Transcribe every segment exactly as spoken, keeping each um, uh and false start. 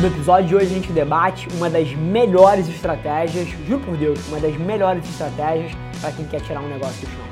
No episódio de hoje a gente debate uma das melhores estratégias, juro por Deus, uma das melhores estratégias para quem quer tirar um negócio do chão.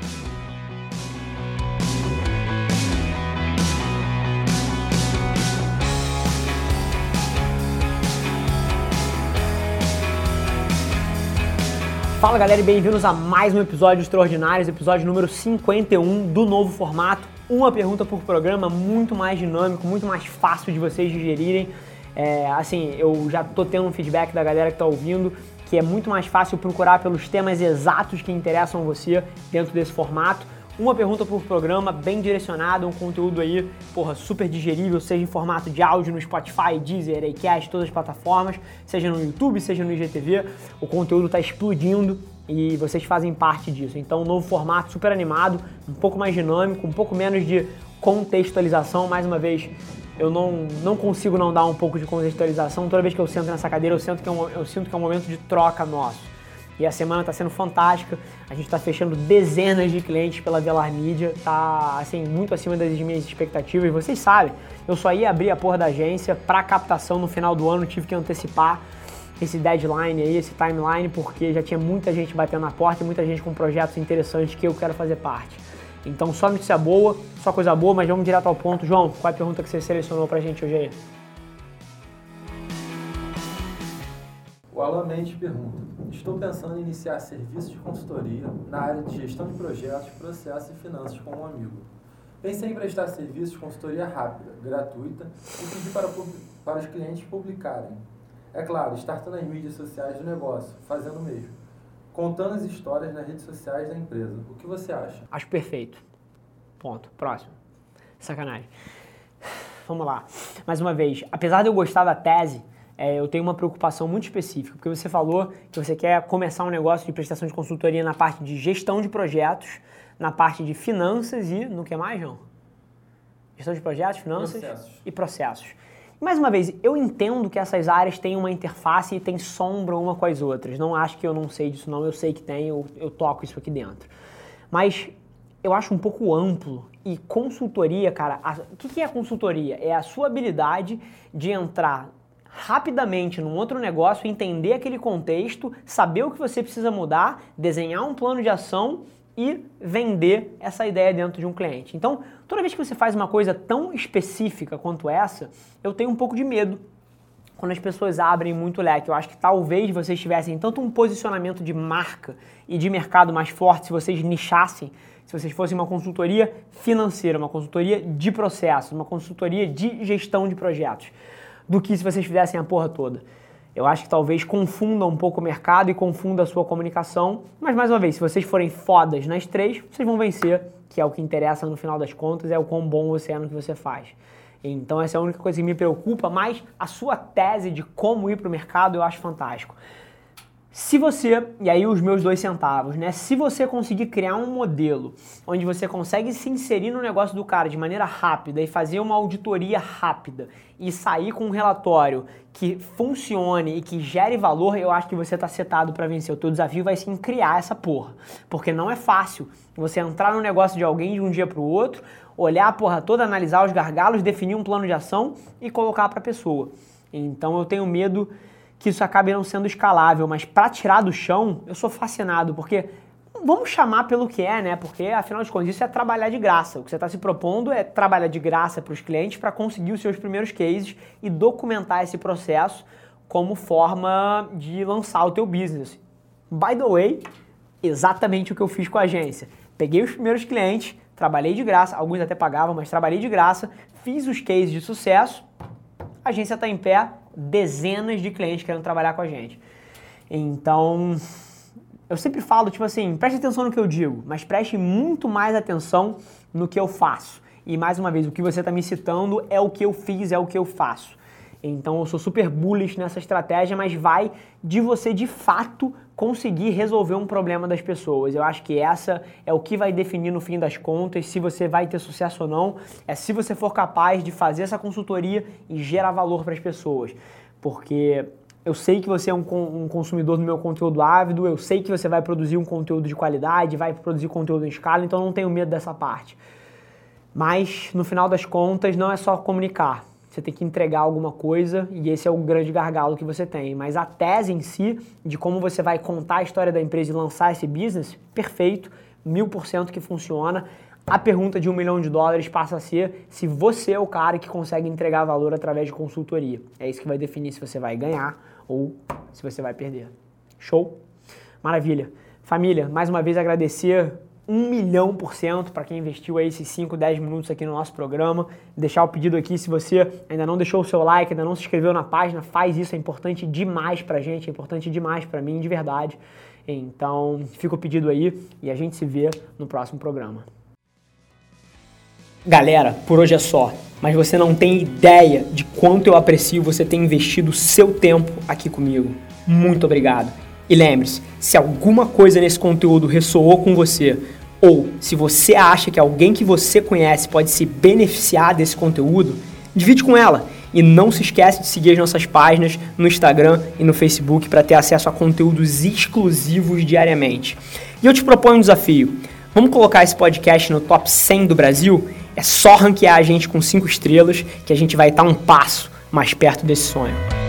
Fala galera e bem-vindos a mais um episódio Extraordinários, episódio número cinquenta e um do novo formato. Uma pergunta por programa, muito mais dinâmico, muito mais fácil de vocês digerirem. É, assim, eu já tô tendo um feedback da galera que tá ouvindo, que é muito mais fácil procurar pelos temas exatos que interessam a você dentro desse formato. Uma pergunta por programa, bem direcionada, um conteúdo aí, porra, super digerível, seja em formato de áudio no Spotify, Deezer, Acast, todas as plataformas, seja no YouTube, seja no I G T V, o conteúdo tá explodindo e vocês fazem parte disso. Então, um novo formato super animado, um pouco mais dinâmico, um pouco menos de contextualização, mais uma vez, eu não, não consigo não dar um pouco de contextualização. Toda vez que eu sento nessa cadeira, eu sinto que é um, eu sinto que é um momento de troca nosso. E a semana está sendo fantástica, a gente está fechando dezenas de clientes pela Velar Mídia, tá assim, muito acima das minhas expectativas. Vocês sabem, eu só ia abrir a porra da agência para captação no final do ano, tive que antecipar esse deadline aí, esse timeline, porque já tinha muita gente batendo na porta e muita gente com projetos interessantes que eu quero fazer parte. Então só notícia boa, só coisa boa, mas vamos direto ao ponto. João, qual é a pergunta que você selecionou pra gente hoje aí? O Alan Mendes pergunta: estou pensando em iniciar serviço de consultoria na área de gestão de projetos, processos e finanças com um amigo. Pensei em prestar serviço de consultoria rápida, gratuita e pedir para, para os clientes publicarem. É claro, startando as mídias sociais do negócio, fazendo o mesmo. Contando as histórias nas redes sociais da empresa. O que você acha? Acho perfeito. Ponto. Próximo. Sacanagem. Vamos lá. Mais uma vez, apesar de eu gostar da tese, é, eu tenho uma preocupação muito específica, porque você falou que você quer começar um negócio de prestação de consultoria na parte de gestão de projetos, na parte de finanças e no que mais, João? Gestão de projetos, finanças processos. e processos. Mais uma vez, eu entendo que essas áreas têm uma interface e têm sombra uma com as outras. Não acho que eu não sei disso não, eu sei que tem, eu, eu toco isso aqui dentro. Mas eu acho um pouco amplo e consultoria, cara, a, o que, que é consultoria? É a sua habilidade de entrar rapidamente num outro negócio, entender aquele contexto, saber o que você precisa mudar, desenhar um plano de ação e vender essa ideia dentro de um cliente. Então, toda vez que você faz uma coisa tão específica quanto essa, eu tenho um pouco de medo quando as pessoas abrem muito o leque. Eu acho que talvez vocês tivessem tanto um posicionamento de marca e de mercado mais forte se vocês nichassem, se vocês fossem uma consultoria financeira, uma consultoria de processos, uma consultoria de gestão de projetos, do que se vocês fizessem a porra toda. Eu acho que talvez confunda um pouco o mercado e confunda a sua comunicação, mas mais uma vez, se vocês forem fodas nas três, vocês vão vencer, que é o que interessa no final das contas, é o quão bom você é no que você faz. Então essa é a única coisa que me preocupa, mas a sua tese de como ir para o mercado eu acho fantástico. Se você, e aí os meus dois centavos, né? Se você conseguir criar um modelo onde você consegue se inserir no negócio do cara de maneira rápida e fazer uma auditoria rápida e sair com um relatório que funcione e que gere valor, eu acho que você tá setado para vencer. O teu desafio vai ser em criar essa porra, porque não é fácil você entrar no negócio de alguém de um dia pro outro, olhar a porra toda, analisar os gargalos, definir um plano de ação e colocar para a pessoa. Então eu tenho medo que isso acabe não sendo escalável, mas para tirar do chão, eu sou fascinado, porque vamos chamar pelo que é, né? Porque afinal de contas isso é trabalhar de graça. O que você está se propondo é trabalhar de graça para os clientes para conseguir os seus primeiros cases e documentar esse processo como forma de lançar o teu business. By the way, exatamente o que eu fiz com a agência. Peguei os primeiros clientes, trabalhei de graça, alguns até pagavam, mas trabalhei de graça, fiz os cases de sucesso, a agência está em pé, dezenas de clientes querendo trabalhar com a gente. Então, eu sempre falo, tipo assim, preste atenção no que eu digo, mas preste muito mais atenção no que eu faço. E mais uma vez, o que você está me citando é o que eu fiz, é o que eu faço. Então eu sou super bullish nessa estratégia, mas vai de você de fato conseguir resolver um problema das pessoas. Eu acho que essa é o que vai definir no fim das contas se você vai ter sucesso ou não, é se você for capaz de fazer essa consultoria e gerar valor para as pessoas. Porque eu sei que você é um, um consumidor do meu conteúdo ávido, eu sei que você vai produzir um conteúdo de qualidade, vai produzir conteúdo em escala, então eu não tenho medo dessa parte. Mas, no final das contas, não é só comunicar. você tem que entregar alguma coisa e esse é o grande gargalo que você tem. Mas a tese em si, de como você vai contar a história da empresa e lançar esse business, perfeito, mil por cento que funciona. A pergunta de um milhão de dólares passa a ser se você é o cara que consegue entregar valor através de consultoria. É isso que vai definir se você vai ganhar ou se você vai perder. Show? Maravilha. Família, mais uma vez agradecer um milhão por cento para quem investiu aí esses cinco, dez minutos aqui no nosso programa. Deixar o pedido aqui, se você ainda não deixou o seu like, ainda não se inscreveu na página, faz isso, é importante demais pra gente, é importante demais pra mim, de verdade. Então, fica o pedido aí e a gente se vê no próximo programa. Galera, por hoje é só, mas você não tem ideia de quanto eu aprecio você ter investido o seu tempo aqui comigo. Muito obrigado. E lembre-se, se alguma coisa nesse conteúdo ressoou com você, ou se você acha que alguém que você conhece pode se beneficiar desse conteúdo, divide com ela. E não se esquece de seguir as nossas páginas no Instagram e no Facebook para ter acesso a conteúdos exclusivos diariamente. E eu te proponho um desafio. Vamos colocar esse podcast no top cem do Brasil? É só ranquear a gente com cinco estrelas que a gente vai estar um passo mais perto desse sonho.